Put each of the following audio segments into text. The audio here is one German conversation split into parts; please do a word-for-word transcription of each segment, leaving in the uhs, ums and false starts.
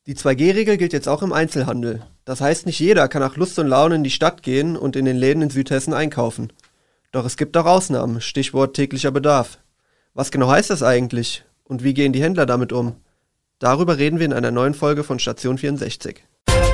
Die zwei G Regel gilt jetzt auch im Einzelhandel. Das heißt, nicht jeder kann nach Lust und Laune in die Stadt gehen und in den Läden in Südhessen einkaufen. Doch es gibt auch Ausnahmen, Stichwort täglicher Bedarf. Was genau heißt das eigentlich? Und wie gehen die Händler damit um? Darüber reden wir in einer neuen Folge von Station vierundsechzig.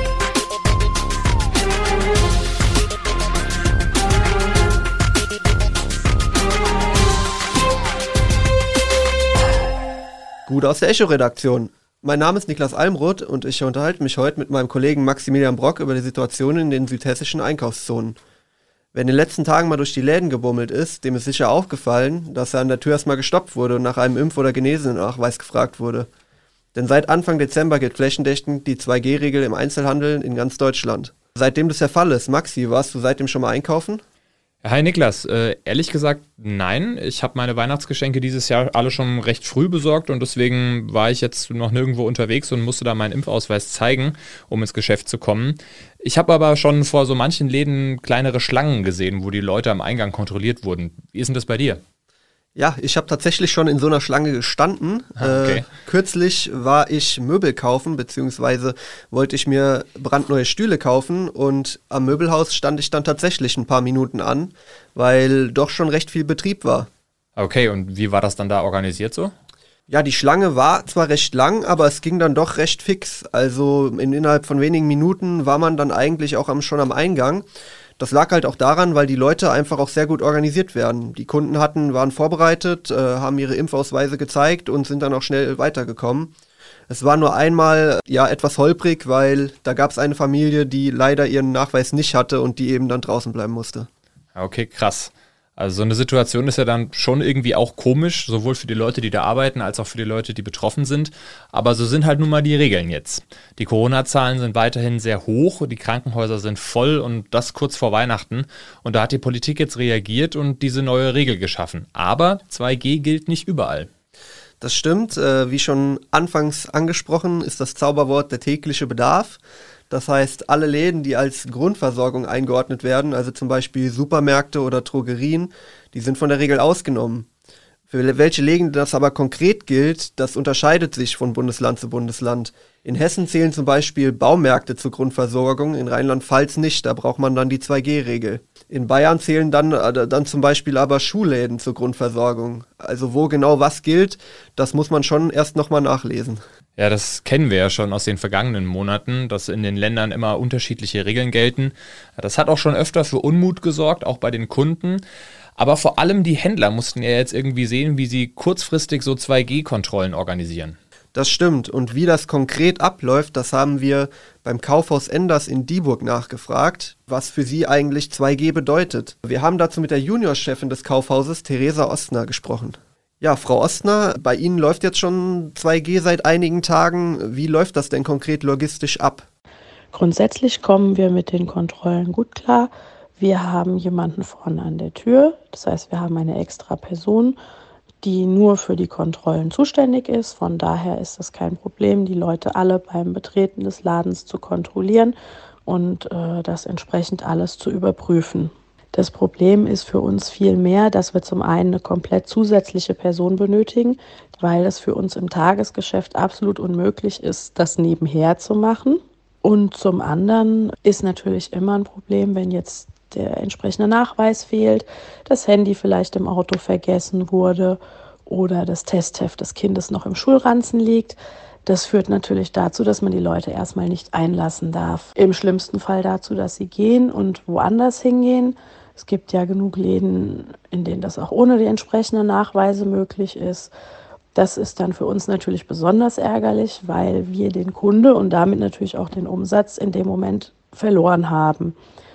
Gut aus der Echo-Redaktion. Mein Name ist Niklas Almroth und ich unterhalte mich heute mit meinem Kollegen Maximilian Brock über die Situation in den südhessischen Einkaufszonen. Wer in den letzten Tagen mal durch die Läden gebummelt ist, dem ist sicher aufgefallen, dass er an der Tür erstmal gestoppt wurde und nach einem Impf- oder Genesenachweis gefragt wurde. Denn seit Anfang Dezember gilt flächendeckend die zwei G Regel im Einzelhandel in ganz Deutschland. Seitdem das der Fall ist, Maxi, warst du seitdem schon mal einkaufen? Hi Niklas, äh, ehrlich gesagt nein, ich habe meine Weihnachtsgeschenke dieses Jahr alle schon recht früh besorgt und deswegen war ich jetzt noch nirgendwo unterwegs und musste da meinen Impfausweis zeigen, um ins Geschäft zu kommen. Ich habe aber schon vor so manchen Läden kleinere Schlangen gesehen, wo die Leute am Eingang kontrolliert wurden. Wie ist denn das bei dir? Ja, ich habe tatsächlich schon in so einer Schlange gestanden. Okay. Äh, kürzlich war ich Möbel kaufen, beziehungsweise wollte ich mir brandneue Stühle kaufen und am Möbelhaus stand ich dann tatsächlich ein paar Minuten an, weil doch schon recht viel Betrieb war. Okay, und wie war das dann da organisiert so? Ja, die Schlange war zwar recht lang, aber es ging dann doch recht fix. Also in, innerhalb von wenigen Minuten war man dann eigentlich auch am, schon am Eingang. Das lag halt auch daran, weil die Leute einfach auch sehr gut organisiert werden. Die Kunden hatten, waren vorbereitet, äh, haben ihre Impfausweise gezeigt und sind dann auch schnell weitergekommen. Es war nur einmal ja etwas holprig, weil da gab es eine Familie, die leider ihren Nachweis nicht hatte und die eben dann draußen bleiben musste. Okay, krass. Also so eine Situation ist ja dann schon irgendwie auch komisch, sowohl für die Leute, die da arbeiten, als auch für die Leute, die betroffen sind. Aber so sind halt nun mal die Regeln jetzt. Die Corona-Zahlen sind weiterhin sehr hoch, die Krankenhäuser sind voll und das kurz vor Weihnachten. Und da hat die Politik jetzt reagiert und diese neue Regel geschaffen. Aber zwei G gilt nicht überall. Das stimmt. Äh, wie schon anfangs angesprochen, ist das Zauberwort der tägliche Bedarf. Das heißt, alle Läden, die als Grundversorgung eingeordnet werden, also zum Beispiel Supermärkte oder Drogerien, die sind von der Regel ausgenommen. Für welche Läden das aber konkret gilt, das unterscheidet sich von Bundesland zu Bundesland. In Hessen zählen zum Beispiel Baumärkte zur Grundversorgung, in Rheinland-Pfalz nicht, da braucht man dann die zwei G Regel. In Bayern zählen dann, äh, dann zum Beispiel aber Schuhläden zur Grundversorgung. Also wo genau was gilt, das muss man schon erst nochmal nachlesen. Ja, das kennen wir ja schon aus den vergangenen Monaten, dass in den Ländern immer unterschiedliche Regeln gelten. Das hat auch schon öfter für Unmut gesorgt, auch bei den Kunden. Aber vor allem die Händler mussten ja jetzt irgendwie sehen, wie sie kurzfristig so zwei G Kontrollen organisieren. Das stimmt. Und wie das konkret abläuft, das haben wir beim Kaufhaus Enders in Dieburg nachgefragt, was für sie eigentlich zwei G bedeutet. Wir haben dazu mit der Juniorchefin des Kaufhauses, Theresa Ostner, gesprochen. Ja, Frau Ostner, bei Ihnen läuft jetzt schon zwei G seit einigen Tagen. Wie läuft das denn konkret logistisch ab? Grundsätzlich kommen wir mit den Kontrollen gut klar. Wir haben jemanden vorne an der Tür. Das heißt, wir haben eine extra Person, die nur für die Kontrollen zuständig ist. Von daher ist es kein Problem, die Leute alle beim Betreten des Ladens zu kontrollieren und äh, das entsprechend alles zu überprüfen. Das Problem ist für uns viel mehr, dass wir zum einen eine komplett zusätzliche Person benötigen, weil es für uns im Tagesgeschäft absolut unmöglich ist, das nebenher zu machen. Und zum anderen ist natürlich immer ein Problem, wenn jetzt der entsprechende Nachweis fehlt, das Handy vielleicht im Auto vergessen wurde oder das Testheft des Kindes noch im Schulranzen liegt. Das führt natürlich dazu, dass man die Leute erstmal nicht einlassen darf. Im schlimmsten Fall dazu, dass sie gehen und woanders hingehen. Es gibt ja genug Läden, in denen das auch ohne die entsprechenden Nachweise möglich ist. Das ist dann für uns natürlich besonders ärgerlich, weil wir den Kunde und damit natürlich auch den Umsatz in dem Moment verloren haben,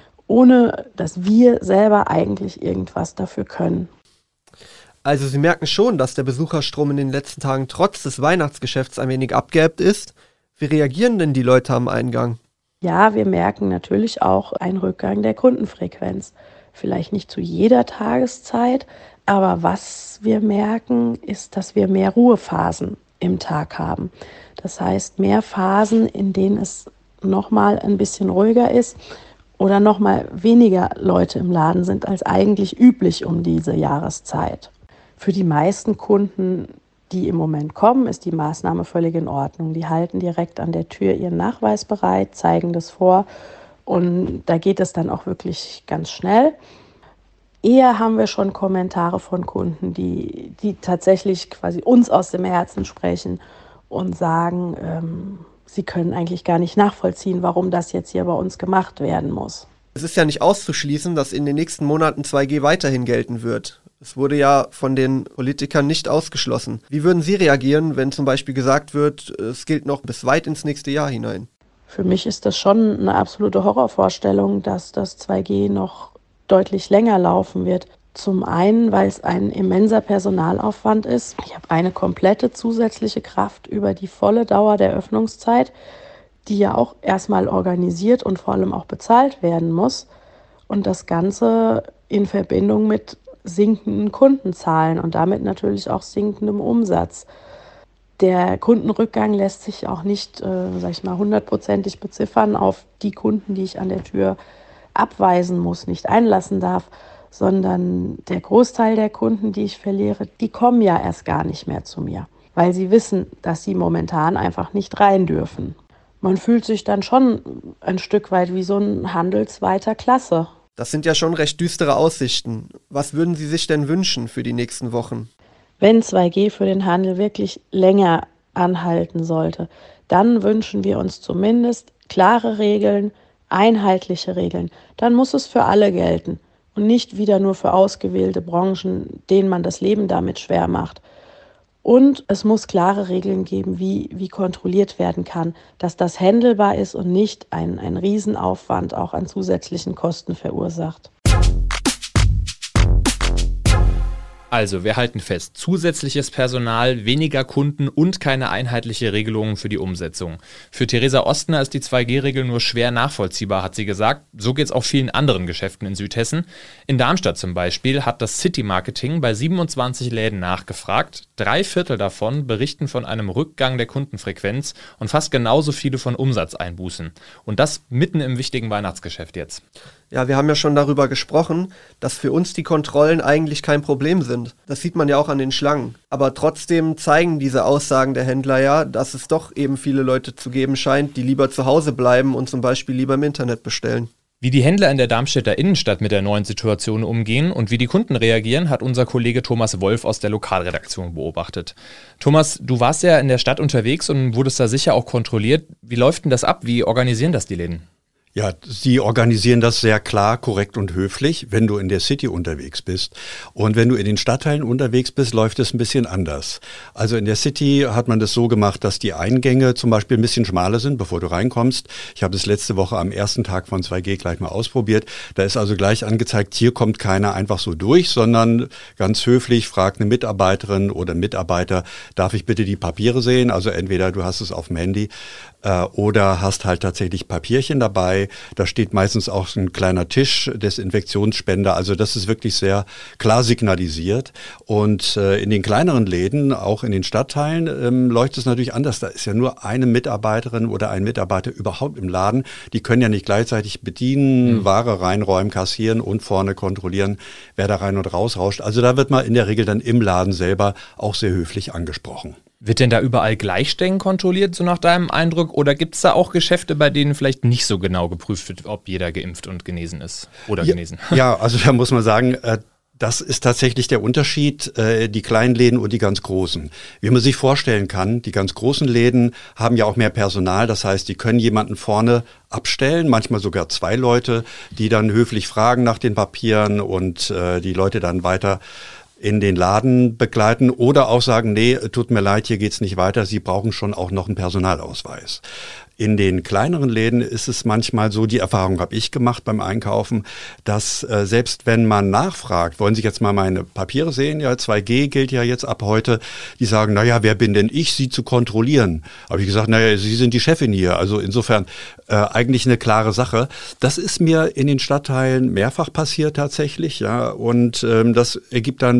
ohne dass wir selber eigentlich irgendwas dafür können. Also Sie merken schon, dass der Besucherstrom in den letzten Tagen trotz des Weihnachtsgeschäfts ein wenig abgeebbt ist. Wie reagieren denn die Leute am Eingang? Ja, wir merken natürlich auch einen Rückgang der Kundenfrequenz. Vielleicht nicht zu jeder Tageszeit, aber was wir merken, ist, dass wir mehr Ruhephasen im Tag haben. Das heißt, mehr Phasen, in denen es nochmal ein bisschen ruhiger ist oder nochmal weniger Leute im Laden sind als eigentlich üblich um diese Jahreszeit. Für die meisten Kunden die im Moment kommen, ist die Maßnahme völlig in Ordnung. Die halten direkt an der Tür ihren Nachweis bereit, zeigen das vor und da geht es dann auch wirklich ganz schnell. Eher haben wir schon Kommentare von Kunden, die, die tatsächlich quasi uns aus dem Herzen sprechen und sagen, ähm, sie können eigentlich gar nicht nachvollziehen, warum das jetzt hier bei uns gemacht werden muss. Es ist ja nicht auszuschließen, dass in den nächsten Monaten zwei G weiterhin gelten wird. Es wurde ja von den Politikern nicht ausgeschlossen. Wie würden Sie reagieren, wenn zum Beispiel gesagt wird, es gilt noch bis weit ins nächste Jahr hinein? Für mich ist das schon eine absolute Horrorvorstellung, dass das zwei G noch deutlich länger laufen wird. Zum einen, weil es ein immenser Personalaufwand ist. Ich habe eine komplette zusätzliche Kraft über die volle Dauer der Öffnungszeit, die ja auch erstmal organisiert und vor allem auch bezahlt werden muss. Und das Ganze in Verbindung mit sinkenden Kundenzahlen und damit natürlich auch sinkendem Umsatz. Der Kundenrückgang lässt sich auch nicht, äh, sag ich mal, hundertprozentig beziffern auf die Kunden, die ich an der Tür abweisen muss, nicht einlassen darf, sondern der Großteil der Kunden, die ich verliere, die kommen ja erst gar nicht mehr zu mir, weil sie wissen, dass sie momentan einfach nicht rein dürfen. Man fühlt sich dann schon ein Stück weit wie so ein Handel zweiter Klasse. Das sind ja schon recht düstere Aussichten. Was würden Sie sich denn wünschen für die nächsten Wochen? Wenn zwei G für den Handel wirklich länger anhalten sollte, dann wünschen wir uns zumindest klare Regeln, einheitliche Regeln. Dann muss es für alle gelten und nicht wieder nur für ausgewählte Branchen, denen man das Leben damit schwer macht. Und es muss klare Regeln geben, wie, wie kontrolliert werden kann, dass das handelbar ist und nicht ein, ein Riesenaufwand auch an zusätzlichen Kosten verursacht. Also, wir halten fest, zusätzliches Personal, weniger Kunden und keine einheitliche Regelung für die Umsetzung. Für Theresa Ostner ist die zwei G-Regel nur schwer nachvollziehbar, hat sie gesagt. So geht es auch vielen anderen Geschäften in Südhessen. In Darmstadt zum Beispiel hat das City Marketing bei siebenundzwanzig Läden nachgefragt. Drei Viertel davon berichten von einem Rückgang der Kundenfrequenz und fast genauso viele von Umsatzeinbußen. Und das mitten im wichtigen Weihnachtsgeschäft jetzt. Ja, wir haben ja schon darüber gesprochen, dass für uns die Kontrollen eigentlich kein Problem sind. Das sieht man ja auch an den Schlangen. Aber trotzdem zeigen diese Aussagen der Händler ja, dass es doch eben viele Leute zu geben scheint, die lieber zu Hause bleiben und zum Beispiel lieber im Internet bestellen. Wie die Händler in der Darmstädter Innenstadt mit der neuen Situation umgehen und wie die Kunden reagieren, hat unser Kollege Thomas Wolf aus der Lokalredaktion beobachtet. Thomas, du warst ja in der Stadt unterwegs und wurdest da sicher auch kontrolliert. Wie läuft denn das ab? Wie organisieren das die Läden? Ja, sie organisieren das sehr klar, korrekt und höflich, wenn du in der City unterwegs bist. Und wenn du in den Stadtteilen unterwegs bist, läuft es ein bisschen anders. Also in der City hat man das so gemacht, dass die Eingänge zum Beispiel ein bisschen schmaler sind, bevor du reinkommst. Ich habe das letzte Woche am ersten Tag von zwei G gleich mal ausprobiert. Da ist also gleich angezeigt, hier kommt keiner einfach so durch, sondern ganz höflich fragt eine Mitarbeiterin oder Mitarbeiter, darf ich bitte die Papiere sehen? Also entweder du hast es auf dem Handy äh, oder hast halt tatsächlich Papierchen dabei. Da steht meistens auch ein kleiner Tisch, Desinfektionsspender. Also das ist wirklich sehr klar signalisiert. Und äh, in den kleineren Läden, auch in den Stadtteilen, ähm, leuchtet es natürlich anders. Da ist ja nur eine Mitarbeiterin oder ein Mitarbeiter überhaupt im Laden. Die können ja nicht gleichzeitig bedienen, mhm. Ware reinräumen, kassieren und vorne kontrollieren, wer da rein und raus rauscht. Also da wird man in der Regel dann im Laden selber auch sehr höflich angesprochen. Wird denn da überall gleich streng kontrolliert, so nach deinem Eindruck? Oder gibt es da auch Geschäfte, bei denen vielleicht nicht so genau geprüft wird, ob jeder geimpft und genesen ist oder ja, genesen? Ja, also da muss man sagen, äh, das ist tatsächlich der Unterschied, äh, die kleinen Läden und die ganz großen. Wie man sich vorstellen kann, die ganz großen Läden haben ja auch mehr Personal. Das heißt, die können jemanden vorne abstellen, manchmal sogar zwei Leute, die dann höflich fragen nach den Papieren und äh, die Leute dann weiter in den Laden begleiten oder auch sagen, nee, tut mir leid, hier geht's nicht weiter, Sie brauchen schon auch noch einen Personalausweis. In den kleineren Läden ist es manchmal so, die Erfahrung habe ich gemacht beim Einkaufen, dass äh, selbst wenn man nachfragt, wollen Sie jetzt mal meine Papiere sehen? Ja, zwei G gilt ja jetzt ab heute. Die sagen, naja, wer bin denn ich, Sie zu kontrollieren? Habe ich gesagt, naja, Sie sind die Chefin hier. Also insofern äh, eigentlich eine klare Sache. Das ist mir in den Stadtteilen mehrfach passiert tatsächlich, ja. Und ähm, das ergibt dann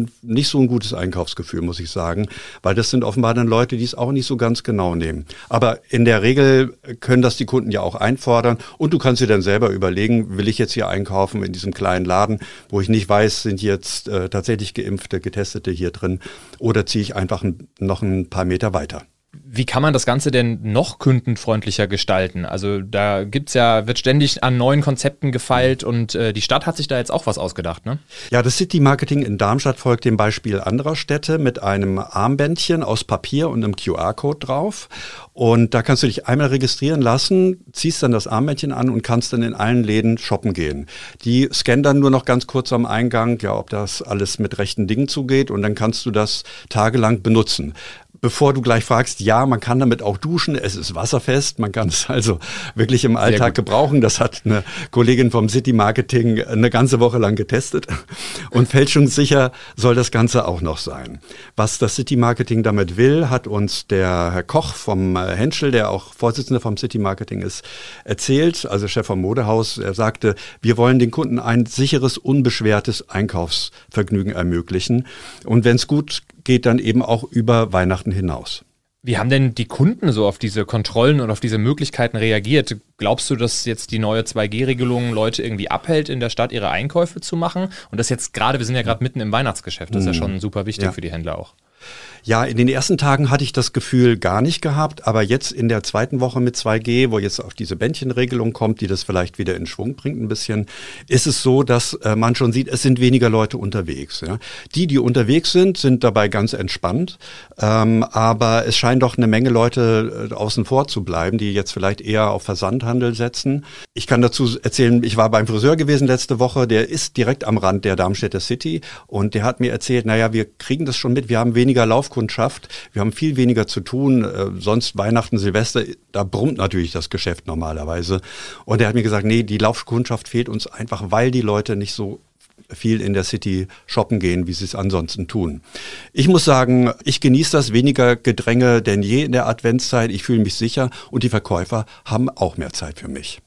dann nicht so ein gutes Einkaufsgefühl, muss ich sagen, weil das sind offenbar dann Leute, die es auch nicht so ganz genau nehmen. Aber in der Regel können das die Kunden ja auch einfordern und du kannst dir dann selber überlegen, will ich jetzt hier einkaufen in diesem kleinen Laden, wo ich nicht weiß, sind jetzt äh, tatsächlich Geimpfte, Getestete hier drin oder ziehe ich einfach ein, noch ein paar Meter weiter. Wie kann man das Ganze denn noch kundenfreundlicher gestalten? Also da gibt's ja, wird ständig an neuen Konzepten gefeilt und äh, die Stadt hat sich da jetzt auch was ausgedacht, ne? Ja, das City Marketing in Darmstadt folgt dem Beispiel anderer Städte mit einem Armbändchen aus Papier und einem Q R-Code drauf. Und da kannst du dich einmal registrieren lassen, ziehst dann das Armbändchen an und kannst dann in allen Läden shoppen gehen. Die scannen dann nur noch ganz kurz am Eingang, ja, ob das alles mit rechten Dingen zugeht und dann kannst du das tagelang benutzen. Bevor du gleich fragst, ja, man kann damit auch duschen, es ist wasserfest, man kann es also wirklich im Alltag gebrauchen. Das hat eine Kollegin vom City Marketing eine ganze Woche lang getestet und fälschungssicher soll das Ganze auch noch sein. Was das City Marketing damit will, hat uns der Herr Koch vom Henschel, der auch Vorsitzender vom City Marketing ist, erzählt, also Chef vom Modehaus. Er sagte, wir wollen den Kunden ein sicheres, unbeschwertes Einkaufsvergnügen ermöglichen und wenn es gut geht, dann eben auch über Weihnachten hinaus. Wie haben denn die Kunden so auf diese Kontrollen und auf diese Möglichkeiten reagiert? Glaubst du, dass jetzt die neue zwei G Regelung Leute irgendwie abhält, in der Stadt ihre Einkäufe zu machen? Und das jetzt gerade, wir sind ja gerade mitten im Weihnachtsgeschäft, das ist ja schon super wichtig ja. für die Händler auch. Ja, in den ersten Tagen hatte ich das Gefühl gar nicht gehabt, aber jetzt in der zweiten Woche mit zwei G, wo jetzt auch diese Bändchenregelung kommt, die das vielleicht wieder in Schwung bringt ein bisschen, ist es so, dass äh, man schon sieht, es sind weniger Leute unterwegs. Ja. Die, die unterwegs sind, sind dabei ganz entspannt, ähm, aber es scheinen doch eine Menge Leute äh, außen vor zu bleiben, die jetzt vielleicht eher auf Versandhandel setzen. Ich kann dazu erzählen, ich war beim Friseur gewesen letzte Woche, der ist direkt am Rand der Darmstädter City und der hat mir erzählt, naja, wir kriegen das schon mit, wir haben weniger Laufkundschaft, wir haben viel weniger zu tun, äh, sonst Weihnachten, Silvester, da brummt natürlich das Geschäft normalerweise. Und er hat mir gesagt, nee, die Laufkundschaft fehlt uns einfach, weil die Leute nicht so viel in der City shoppen gehen, wie sie es ansonsten tun. Ich muss sagen, ich genieße das, weniger Gedränge denn je in der Adventszeit, ich fühle mich sicher und die Verkäufer haben auch mehr Zeit für mich.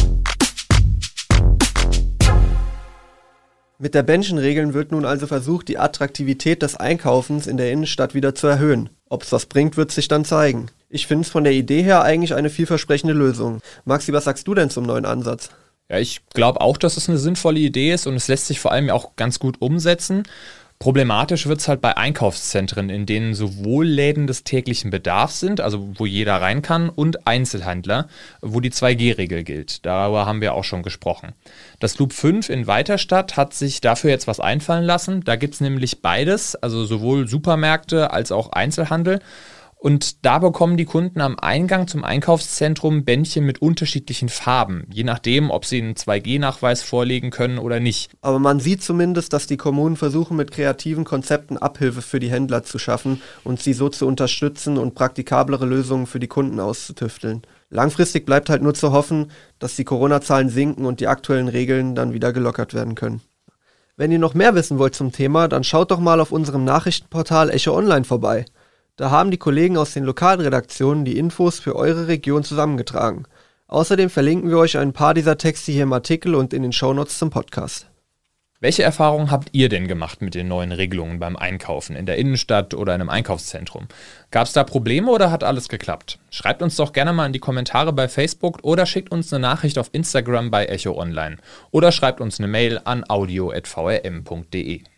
Mit der Bändchenregeln wird nun also versucht, die Attraktivität des Einkaufens in der Innenstadt wieder zu erhöhen. Ob es was bringt, wird sich dann zeigen. Ich finde es von der Idee her eigentlich eine vielversprechende Lösung. Maxi, was sagst du denn zum neuen Ansatz? Ja, ich glaube auch, dass es eine sinnvolle Idee ist und es lässt sich vor allem auch ganz gut umsetzen. Problematisch wird es halt bei Einkaufszentren, in denen sowohl Läden des täglichen Bedarfs sind, also wo jeder rein kann, und Einzelhändler, wo die zwei G Regel gilt. Darüber haben wir auch schon gesprochen. Das Loop fünf in Weiterstadt hat sich dafür jetzt was einfallen lassen. Da gibt es nämlich beides, also sowohl Supermärkte als auch Einzelhandel. Und da bekommen die Kunden am Eingang zum Einkaufszentrum Bändchen mit unterschiedlichen Farben, je nachdem, ob sie einen zwei G Nachweis vorlegen können oder nicht. Aber man sieht zumindest, dass die Kommunen versuchen, mit kreativen Konzepten Abhilfe für die Händler zu schaffen und sie so zu unterstützen und praktikablere Lösungen für die Kunden auszutüfteln. Langfristig bleibt halt nur zu hoffen, dass die Corona-Zahlen sinken und die aktuellen Regeln dann wieder gelockert werden können. Wenn ihr noch mehr wissen wollt zum Thema, dann schaut doch mal auf unserem Nachrichtenportal Echo Online vorbei. Da haben die Kollegen aus den Lokalredaktionen die Infos für eure Region zusammengetragen. Außerdem verlinken wir euch ein paar dieser Texte hier im Artikel und in den Shownotes zum Podcast. Welche Erfahrungen habt ihr denn gemacht mit den neuen Regelungen beim Einkaufen in der Innenstadt oder in einem Einkaufszentrum? Gab es da Probleme oder hat alles geklappt? Schreibt uns doch gerne mal in die Kommentare bei Facebook oder schickt uns eine Nachricht auf Instagram bei Echo Online. Oder schreibt uns eine Mail an audio at v r m punkt d e.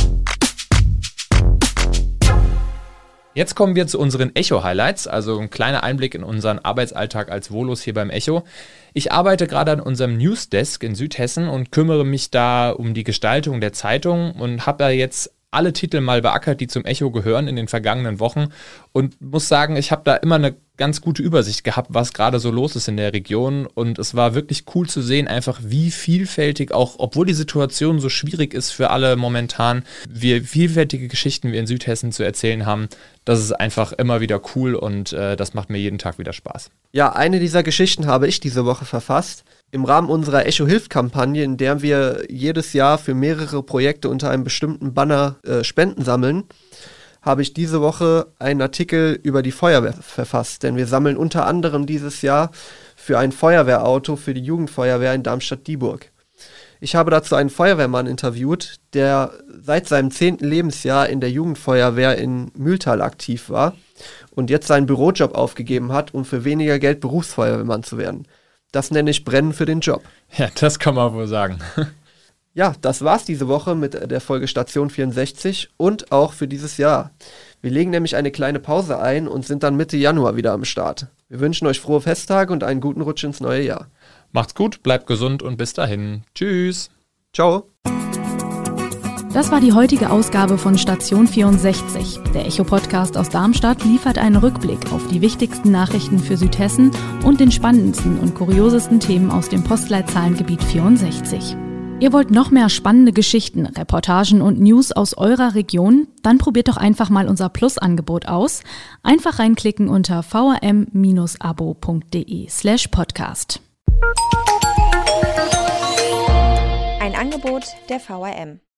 Jetzt kommen wir zu unseren Echo-Highlights, also ein kleiner Einblick in unseren Arbeitsalltag als Volos hier beim Echo. Ich arbeite gerade an unserem Newsdesk in Südhessen und kümmere mich da um die Gestaltung der Zeitung und habe da jetzt alle Titel mal beackert, die zum Echo gehören in den vergangenen Wochen und muss sagen, ich habe da immer eine ganz gute Übersicht gehabt, was gerade so los ist in der Region und es war wirklich cool zu sehen, einfach wie vielfältig, auch obwohl die Situation so schwierig ist für alle momentan, wie vielfältige Geschichten wir in Südhessen zu erzählen haben. Das ist einfach immer wieder cool und äh, das macht mir jeden Tag wieder Spaß. Ja, eine dieser Geschichten habe ich diese Woche verfasst. Im Rahmen unserer Echo-Hilft-Kampagne, in der wir jedes Jahr für mehrere Projekte unter einem bestimmten Banner äh, Spenden sammeln, habe ich diese Woche einen Artikel über die Feuerwehr verfasst. Denn wir sammeln unter anderem dieses Jahr für ein Feuerwehrauto für die Jugendfeuerwehr in Darmstadt-Dieburg. Ich habe dazu einen Feuerwehrmann interviewt, der seit seinem zehnten Lebensjahr in der Jugendfeuerwehr in Mühltal aktiv war und jetzt seinen Bürojob aufgegeben hat, um für weniger Geld Berufsfeuerwehrmann zu werden. Das nenne ich Brennen für den Job. Ja, das kann man wohl sagen. Ja, das war's diese Woche mit der Folge Station vierundsechzig und auch für dieses Jahr. Wir legen nämlich eine kleine Pause ein und sind dann Mitte Januar wieder am Start. Wir wünschen euch frohe Festtage und einen guten Rutsch ins neue Jahr. Macht's gut, bleibt gesund und bis dahin. Tschüss. Ciao. Das war die heutige Ausgabe von Station vierundsechzig. Der Echo-Podcast aus Darmstadt liefert einen Rückblick auf die wichtigsten Nachrichten für Südhessen und den spannendsten und kuriosesten Themen aus dem Postleitzahlengebiet vierundsechzig. Ihr wollt noch mehr spannende Geschichten, Reportagen und News aus eurer Region? Dann probiert doch einfach mal unser Plus-Angebot aus. Einfach reinklicken unter vrm-abo.de slash podcast. Ein Angebot der V R M.